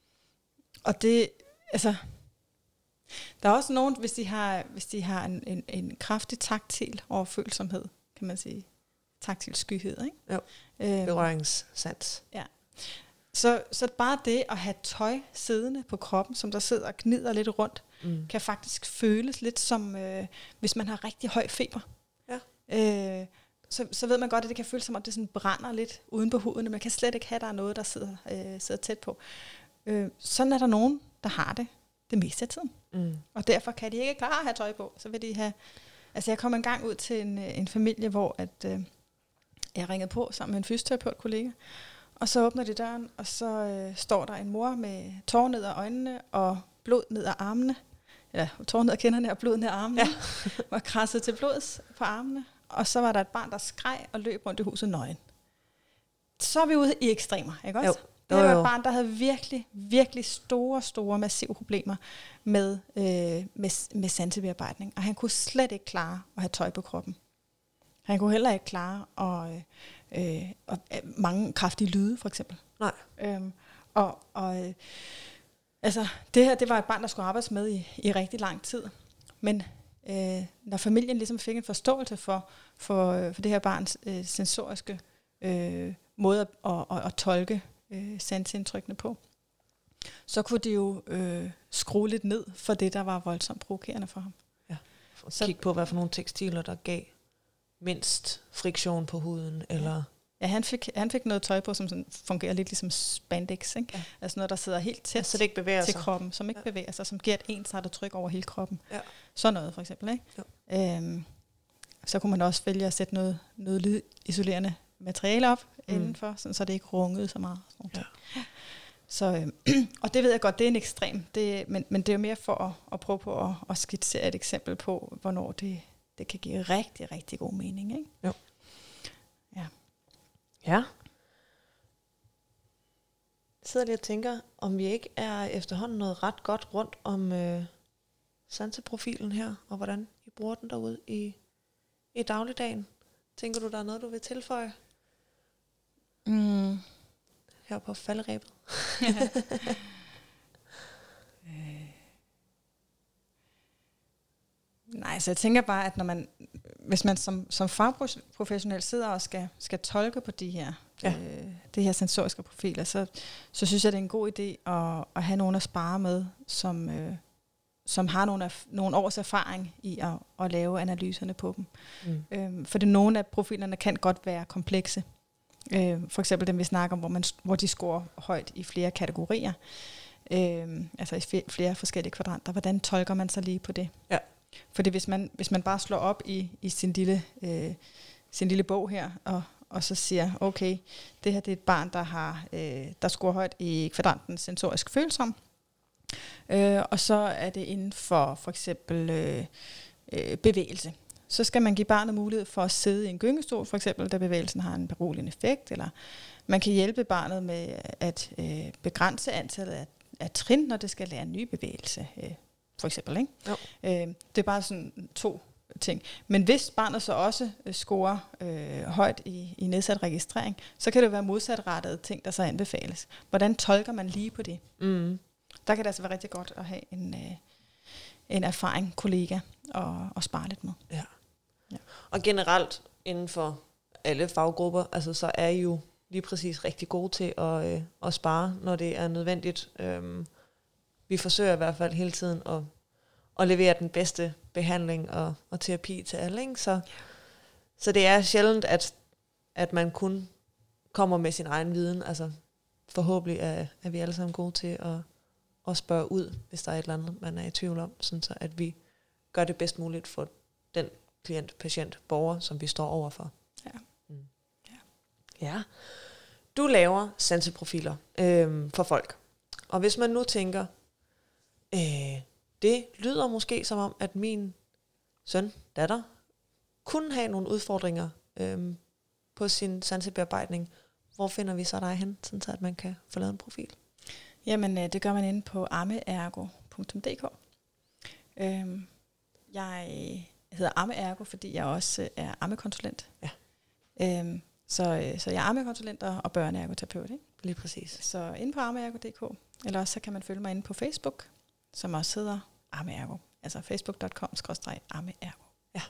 og det, altså... Der er også nogen, hvis de har, hvis de har en, en, en kraftig taktil overfølsomhed, kan man sige. Taktil skyhed, ikke? Jo, øhm, berøringssans. Ja. Så, så bare det at have tøj siddende på kroppen, som der sidder og gnider lidt rundt, mm. kan faktisk føles lidt som, øh, hvis man har rigtig høj feber. Ja. Øh, så, så ved man godt, at det kan føles som, at det sådan brænder lidt uden på huden, men man kan slet ikke have, at der er noget, der sidder, øh, sidder tæt på. Øh, sådan er der nogen, der har det det meste af tiden. Mm. Og derfor kan de ikke klare at have tøj på. Så vil de have... Altså jeg kom en gang ud til en, en familie, hvor at, øh, jeg ringede på sammen med en fysioterapeut-kollega, og så åbner de døren, og så øh, står der en mor med tårer ned ad øjnene, og blod ned ad armene. Ja, tårer ned ad kinderne og blod ned ad armene. Ja. Var krasset til blods på armene. Og så var der et barn, der skreg og løb rundt i huset nøgen. Så er vi ude i ekstremer, ikke også? Jo. Det var et barn, der havde virkelig, virkelig store, store, massive problemer med, øh, med, med sansebearbejdning. Og han kunne slet ikke klare at have tøj på kroppen. Han kunne heller ikke klare at, øh, at, at mange kraftige lyde, for eksempel. Nej. Øhm, og og øh, altså, det her, det var et barn, der skulle arbejdes med i, i rigtig lang tid. Men øh, når familien ligesom fik en forståelse for, for, for det her barns øh, sensoriske øh, måde at, at, at, at tolke Øh, sansindtrykkene på, så kunne de jo øh, skrue lidt ned for det, der var voldsomt provokerende for ham. Ja. Og så kigge på, hvad for nogle tekstiler, der gav mindst friktion på huden, ja. eller... Ja, han fik, han fik noget tøj på, som sådan fungerer lidt ligesom spandex, ikke? Ja. Altså noget, der sidder helt tæt ja, så det ikke bevæger til sig. kroppen, som ikke ja. bevæger sig, som giver et ensartet tryk over hele kroppen. Ja. Sådan noget, for eksempel, ikke? Øhm, så kunne man også vælge at sætte noget, noget lydisolerende materiale op mm. indenfor, sådan, så det ikke rungede så meget. Ja. Så, øh, og det ved jeg godt, det er en ekstrem, det, men, men det er jo mere for at, at prøve på at, at skitsere et eksempel på, hvornår det, det kan give rigtig, rigtig god mening. Ikke? Jo. Ja. Ja. Jeg sidder lige og tænker, om vi ikke er efterhånden noget ret godt rundt om øh, sanseprofilen her, og hvordan I bruger den derude i, i dagligdagen. Tænker du, der er noget, du vil tilføje? Mm. Her på falderæbet. øh. Nej, så jeg tænker bare, at når man, hvis man som, som fagprofessionel sidder og skal, skal tolke på de her, ja. øh, de her sensoriske profiler, så, så synes jeg, det er en god idé at, at have nogen at spare med, som, øh, som har nogle, af, nogle års erfaring i at, at lave analyserne på dem. Mm. Øh, for det, nogle af profilerne kan godt være komplekse. Øh, for eksempel dem, vi snakker om, hvor, man, hvor de scorer højt i flere kategorier. Øh, altså i flere forskellige kvadranter. Hvordan tolker man sig lige på det? Ja. Fordi hvis man, hvis man bare slår op i, i sin, lille, øh, sin lille bog her, og, og så siger, okay, det her det er et barn, der, har, øh, der scorer højt i kvadranten sensorisk følsom, øh, og så er det inden for for eksempel øh, øh, bevægelse. Så skal man give barnet mulighed for at sidde i en gyngestol, for eksempel, da bevægelsen har en beroligende effekt, eller man kan hjælpe barnet med at øh, begrænse antallet af, af trin, når det skal lære en ny bevægelse, øh, for eksempel. Ikke? Øh, det er bare sådan to ting. Men hvis barnet så også øh, scorer øh, højt i, i nedsat registrering, så kan det være modsatrettede ting, der så anbefales. Hvordan tolker man lige på det? Mm. Der kan det altså være rigtig godt at have en, øh, en erfaring kollega og, og spare lidt med. Ja. Ja. Og generelt inden for alle faggrupper, altså så er I jo lige præcis rigtig gode til at, øh, at spare, når det er nødvendigt. Øhm, vi forsøger i hvert fald hele tiden at, at levere den bedste behandling og, og terapi til alle. Ikke? Så, ja. så det er sjældent, at, at man kun kommer med sin egen viden. Altså forhåbentlig er, er vi alle sammen gode til at, at spørge ud, hvis der er et eller andet, man er i tvivl om, sådan så at vi gør det bedst muligt for den klient, patient, borger, som vi står overfor. Ja. Mm. Ja. ja. Du laver sanseprofiler øh, for folk. Og hvis man nu tænker, øh, det lyder måske som om, at min søn, datter, kunne have nogle udfordringer øh, på sin sansebearbejdning. Hvor finder vi så dig hen, sådan så at man kan få lavet en profil? Jamen, øh, det gør man inde på ammeergo punktum d k. Øh, jeg hedder Ammeergo, fordi jeg også er ammekonsulent. Ja. Øhm, så, så jeg er ammekonsulent og børneergoterapeut, ikke? Lige præcis. Så inde på ammeergo punktum d k, eller også så kan man følge mig inde på Facebook, som også hedder Ammeergo, altså facebook punktum com skråstreg ammeergo. Ja.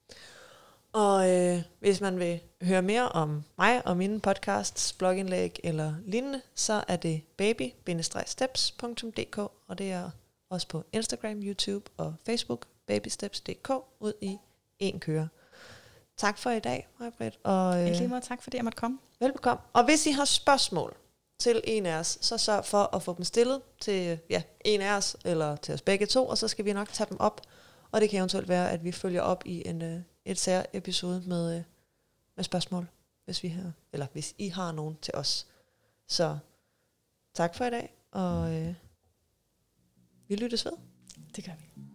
Og øh, hvis man vil høre mere om mig og mine podcasts, blogindlæg eller lignende, så er det baby bindestreg steps punktum d k, og det er også på Instagram, YouTube og Facebook, babysteps punktum d k, ud i en køre. Tak for i dag, Maj-Britt. Og øh, lige måde, tak fordi jeg måtte komme. Velbekomme. Og hvis I har spørgsmål til en af os, så sørg for at få dem stillet til ja, en af os, eller til os begge to, og så skal vi nok tage dem op. Og det kan eventuelt være, at vi følger op i en øh, et sær episode med, øh, med spørgsmål, hvis vi har, eller hvis I har nogen til os. Så tak for i dag, og øh, vi lyttes ved. Det gør vi.